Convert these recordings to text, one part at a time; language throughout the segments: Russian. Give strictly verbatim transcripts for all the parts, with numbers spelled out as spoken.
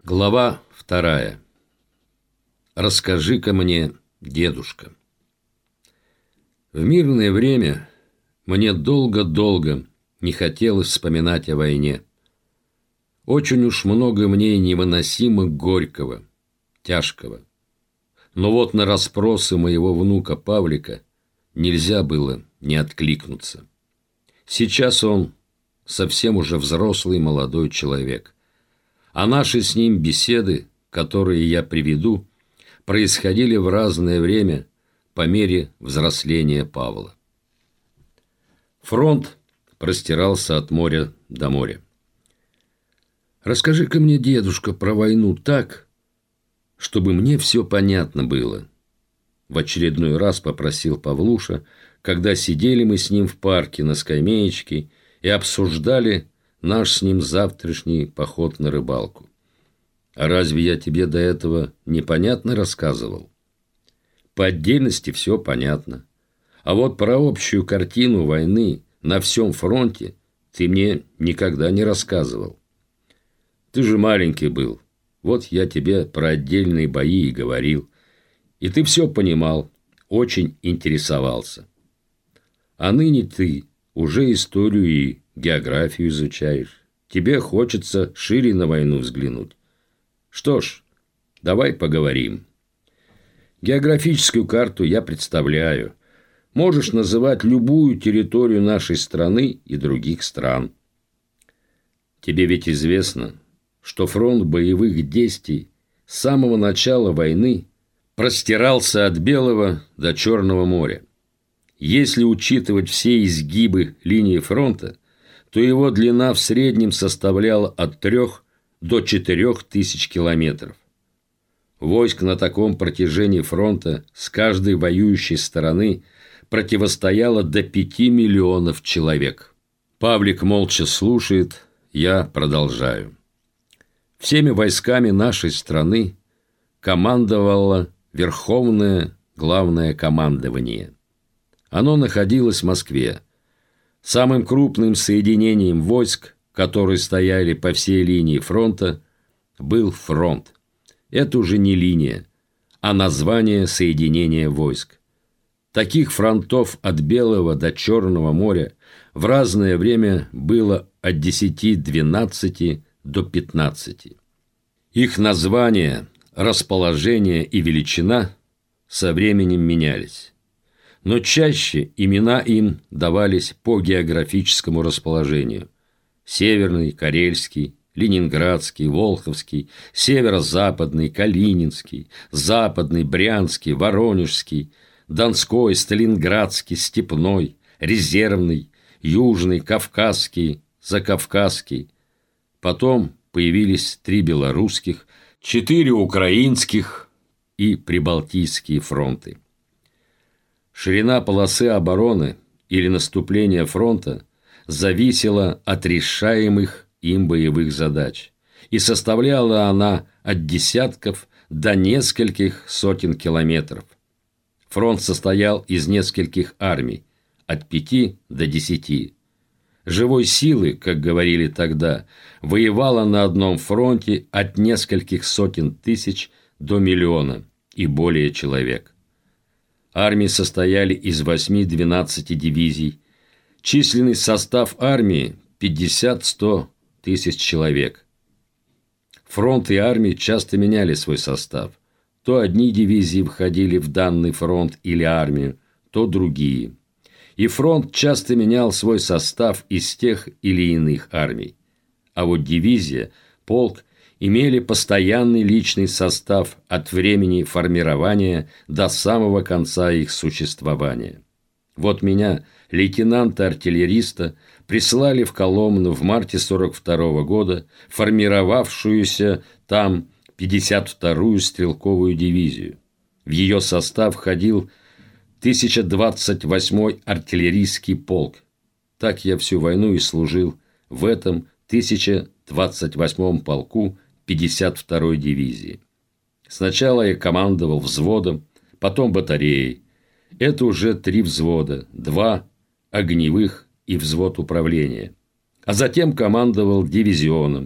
Глава вторая. Расскажи-ка мне, дедушка. В мирное время мне долго-долго не хотелось вспоминать о войне. Очень уж много мне невыносимо горького, тяжкого. Но вот на расспросы моего внука Павлика нельзя было не откликнуться. Сейчас он совсем уже взрослый молодой человек. А наши с ним беседы, которые я приведу, происходили в разное время по мере взросления Павла. Фронт простирался от моря до моря. Расскажи-ка мне, дедушка, про войну так, чтобы мне все понятно было. В очередной раз попросил Павлуша, когда сидели мы с ним в парке на скамеечке и обсуждали наш с ним завтрашний поход на рыбалку. А разве я тебе до этого непонятно рассказывал? По отдельности все понятно. А вот про общую картину войны на всем фронте ты мне никогда не рассказывал. Ты же маленький был. Вот я тебе про отдельные бои и говорил. И ты все понимал, очень интересовался. А ныне ты уже историю и географию изучаешь. Тебе хочется шире на войну взглянуть. Что ж, давай поговорим. Географическую карту я представляю. Можешь называть любую территорию нашей страны и других стран. Тебе ведь известно, что фронт боевых действий с самого начала войны простирался от Белого до Черного моря. Если учитывать все изгибы линии фронта, то его длина в среднем составляла от трех до четырех тысяч километров. Войск на таком протяжении фронта с каждой воюющей стороны противостояло до пяти миллионов человек. Павлик молча слушает, я продолжаю. Всеми войсками нашей страны командовало Верховное Главное командование. Оно находилось в Москве. Самым крупным соединением войск, которые стояли по всей линии фронта, был фронт. Это уже не линия, а название соединения войск. Таких фронтов от Белого до Черного моря в разное время было от десяти-двенадцати до пятнадцати. Их название, расположение и величина со временем менялись. Но чаще имена им давались по географическому расположению. Северный, Карельский, Ленинградский, Волховский, Северо-Западный, Калининский, Западный, Брянский, Воронежский, Донской, Сталинградский, Степной, Резервный, Южный, Кавказский, Закавказский. Потом появились три белорусских, четыре украинских и прибалтийские фронты. Ширина полосы обороны или наступления фронта зависела от решаемых им боевых задач, и составляла она от десятков до нескольких сотен километров. Фронт состоял из нескольких армий, от пяти до десяти. Живой силы, как говорили тогда, воевало на одном фронте от нескольких сотен тысяч до миллиона и более человек. Армии состояли из восьми-двенадцати дивизий. Численный состав армии пятьдесят-сто тысяч человек. Фронт и армии часто меняли свой состав. То одни дивизии входили в данный фронт или армию, то другие. И фронт часто менял свой состав из тех или иных армий. А вот дивизия, полк имели постоянный личный состав от времени формирования до самого конца их существования. Вот меня, лейтенанта-артиллериста, прислали в Коломну в марте сорок второго года формировавшуюся там пятьдесят вторую стрелковую дивизию. В ее состав входил тысяча двадцать восьмой артиллерийский полк. Так я всю войну и служил в этом тысяча двадцать восьмом полку пятьдесят второй дивизии. Сначала я командовал взводом, потом батареей. Это уже три взвода, два огневых и взвод управления. А затем командовал дивизионом.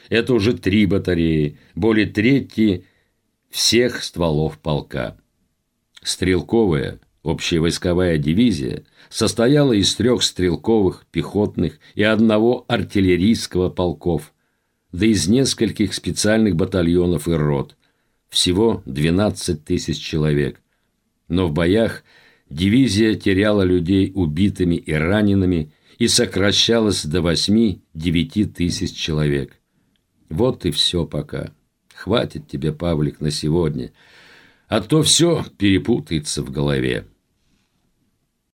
Это уже три батареи, более трети всех стволов полка. Стрелковая общевойсковая дивизия состояла из трех стрелковых, пехотных и одного артиллерийского полков, да из нескольких специальных батальонов и рот. Всего двенадцать тысяч человек. Но в боях дивизия теряла людей убитыми и ранеными и сокращалась до восьми-девяти тысяч человек. Вот и все пока. Хватит тебе, Павлик, на сегодня. А то все перепутается в голове.